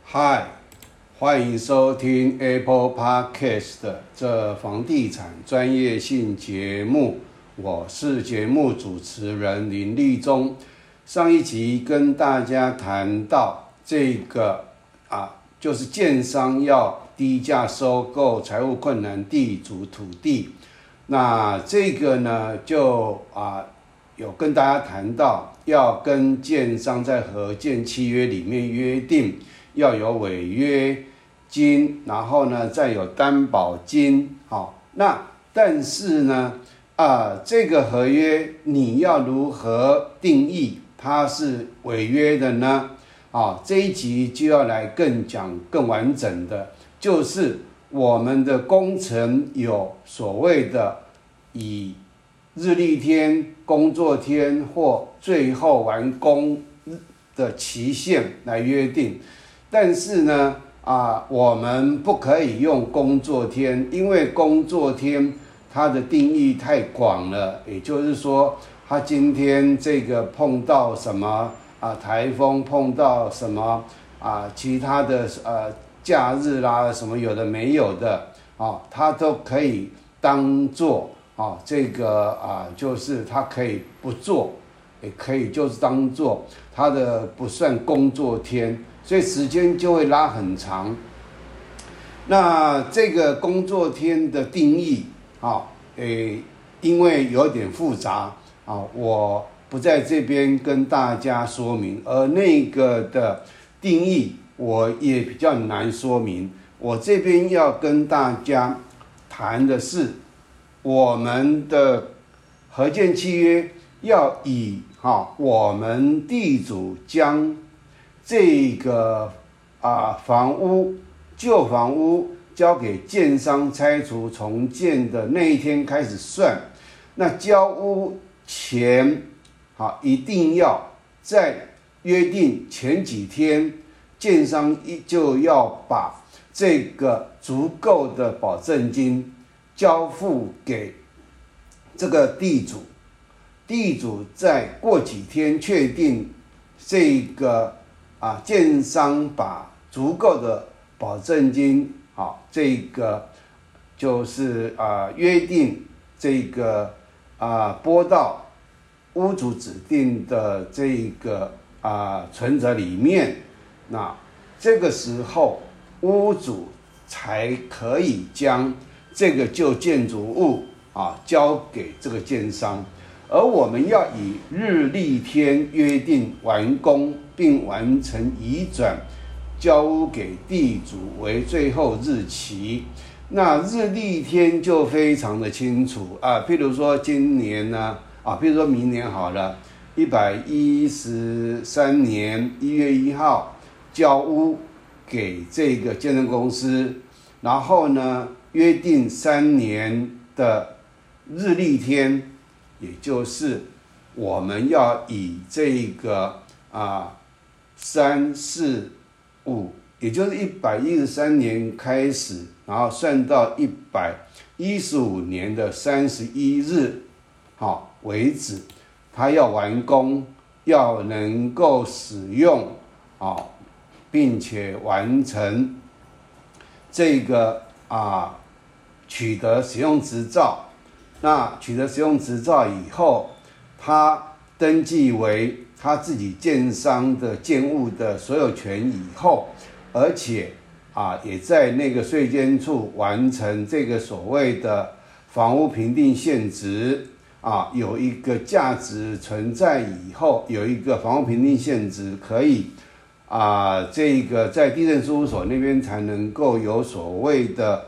嗨，欢迎收听 Apple Podcast 的这房地产专业性节目，我是节目主持人林立忠。上一集跟大家谈到这个就是建商要低价收购财务困难地主土地，那这个呢就有跟大家谈到要跟建商在合建契约里面约定要有违约金，然后呢再有担保金。那但是呢这个合约你要如何定义它是违约的呢？这一集就要来讲更完整的，就是我们的工程有所谓的以日历天、工作天或最后完工的期限来约定，但是呢我们不可以用工作天，因为工作天它的定义太广了，也就是说它今天这个碰到什么台风，碰到什么其他的假日啦，什么有的没有的它都可以当做这个就是它可以不做，也可以就是当做它的不算工作天，所以时间就会拉很长。那这个工作天的定义因为有点复杂我不在这边跟大家说明，而那个的定义我也比较难说明。我这边要跟大家谈的是，我们的合建契约要以我们地主将这个旧房屋交给建商拆除重建的那一天开始算。那交屋前一定要在约定前几天，建商就要把这个足够的保证金交付给这个地主，地主再过几天确定这个建商把足够的保证金这个就是约定这个拨到屋主指定的这个存折里面，那这个时候屋主才可以将这个旧建筑物交给这个建商，而我们要以日历天约定完工并完成移转交屋给地主为最后日期。那日历天就非常的清楚譬如说今年呢譬如说明年好了，113年1月1号交屋给这个建设公司，然后呢约定3年的日历天，也就是我们要以这个3、4、5，也就是113年开始，然后算到115年的31日为止，它要完工，要能够使用并且完成这个取得使用执照。那取得使用执照以后，他登记为他自己建商的建物的所有权以后，而且也在那个税监处完成这个所谓的房屋评定现值有一个价值存在以后，有一个房屋评定现值可以这个在地政事务所那边才能够有所谓的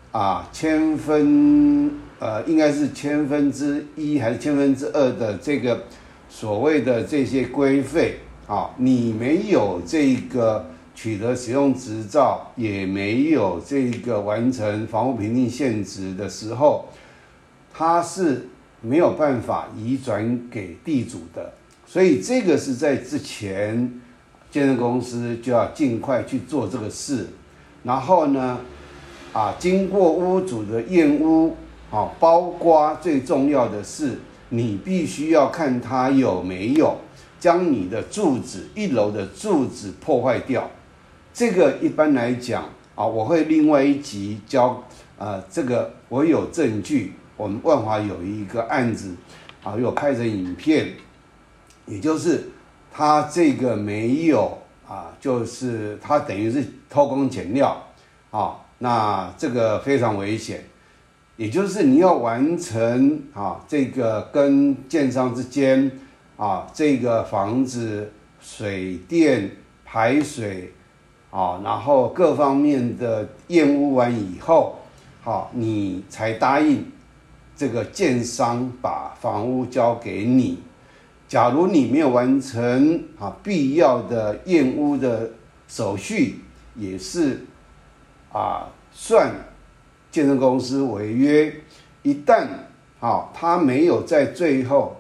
应该是1/1000还是2/1000的这个所谓的这些规费你没有这个取得使用执照，也没有这个完成房屋评定现值的时候，它是没有办法移转给地主的。所以这个是在之前建设公司就要尽快去做这个事。然后呢经过屋主的验屋包括最重要的是，你必须要看他有没有将你的柱子1楼的柱子破坏掉这个一般来讲啊，我会另外一集教这个我有证据，我们万华有一个案子啊，有拍成影片，也就是他这个没有就是他等于是偷工减料啊，那这个非常危险。也就是你要完成这个跟建商之间这个房子水电排水然后各方面的验屋完以后你才答应这个建商把房屋交给你。假如你没有完成必要的验屋的手续，也是算建设公司违约。一旦他没有在最后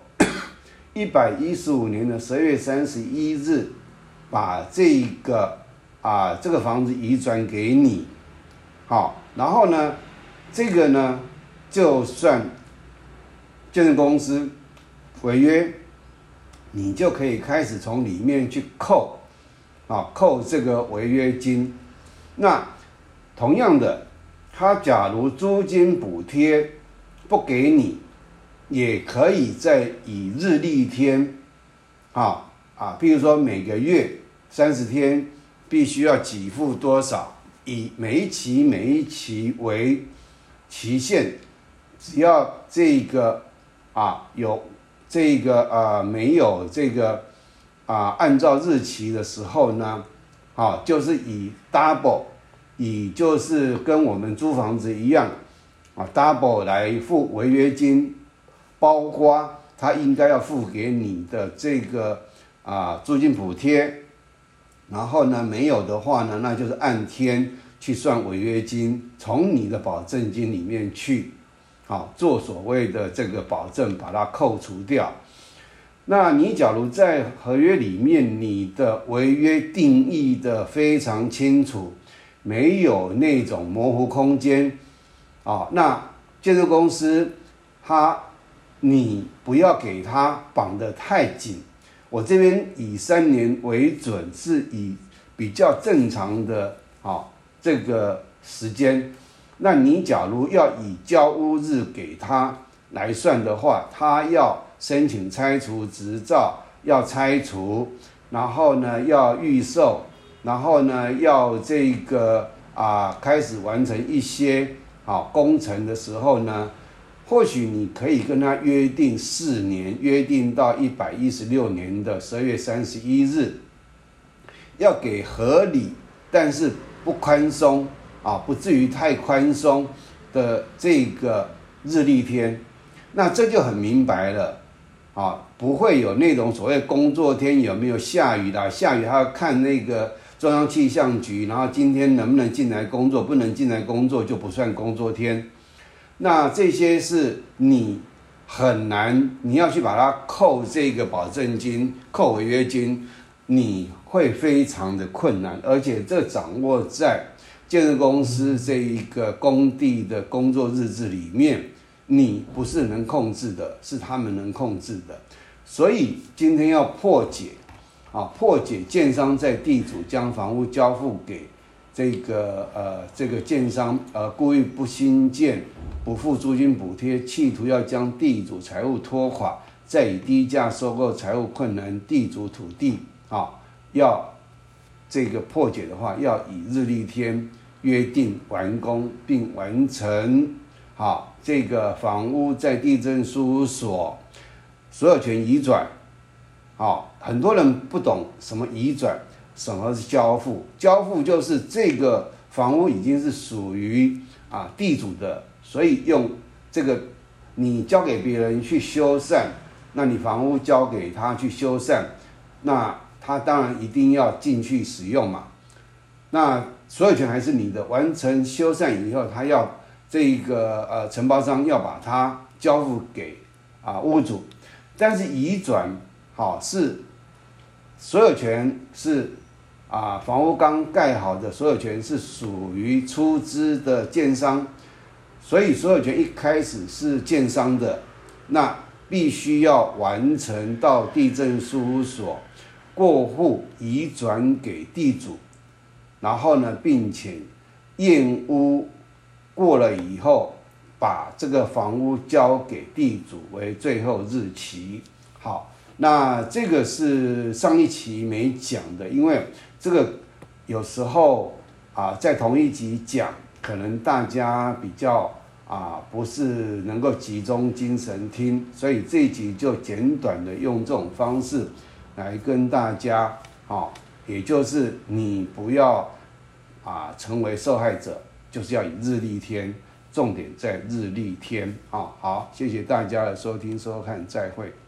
115年的12月31日把这个房子移转给你，然后呢，这个呢就算建设公司违约，你就可以开始从里面去扣这个违约金。那同样的，他假如租金补贴不给你，也可以在以日历天譬如说每个月30天必须要给付多少，以每一期为期限。只要这个有这个没有这个按照日期的时候呢，就是以 double， 就是跟我们租房子一样double 来付违约金，包括他应该要付给你的这个租金补贴。然后呢，没有的话呢，那就是按天去算违约金，从你的保证金里面去做所谓的这个保证，把它扣除掉。那你假如在合约里面，你的违约定义的非常清楚，没有那种模糊空间那建设公司你不要给他绑得太紧。我这边以3年为准，是以比较正常的这个时间。那你假如要以交屋日给他来算的话，他要申请拆除执照，要拆除，然后呢要预售，然后呢要这个开始完成一些工程的时候呢，或许你可以跟他约定4年，约定到116年的12月31日，要给合理但是不宽松不至于太宽松的这个日历天。那这就很明白了不会有那种所谓工作天有没有下雨的，下雨还要看那个中央气象局，然后今天能不能进来工作，不能进来工作就不算工作天。那这些是你很难，你要去把它扣这个保证金，扣违约金，你会非常的困难，而且这掌握在建设公司这一个工地的工作日志里面，你不是能控制的，是他们能控制的。所以今天要破解建商在地主将房屋交付给这个建商故意不兴建，不付租金补贴，企图要将地主财务拖垮，再以低价收购财务困难地主土地要这个破解的话，要以日历天约定完工并完成这个房屋在地政事务所所有权移转。很多人不懂什么移转，什么是交付。交付就是这个房屋已经是属于地主的，所以用这个你交给别人去修缮，那你房屋交给他去修缮，那他当然一定要进去使用嘛。那所有权还是你的，完成修缮以后，他要这个承包商要把它交付给屋主。但是移转是所有权是房屋刚盖好的所有权是属于出资的建商，所以所有权一开始是建商的，那必须要完成到地政事务所过户移转给地主， 然后呢，并且验屋过了以后，把这个房屋交给地主为最后日期。好，那这个是上一期没讲的，因为这个有时候在同一集讲，可能大家比较不是能够集中精神听，所以这一集就简短的用这种方式来跟大家，也就是你不要成为受害者，就是要以日历天，重点在日历天。好，谢谢大家的收听收看，再会。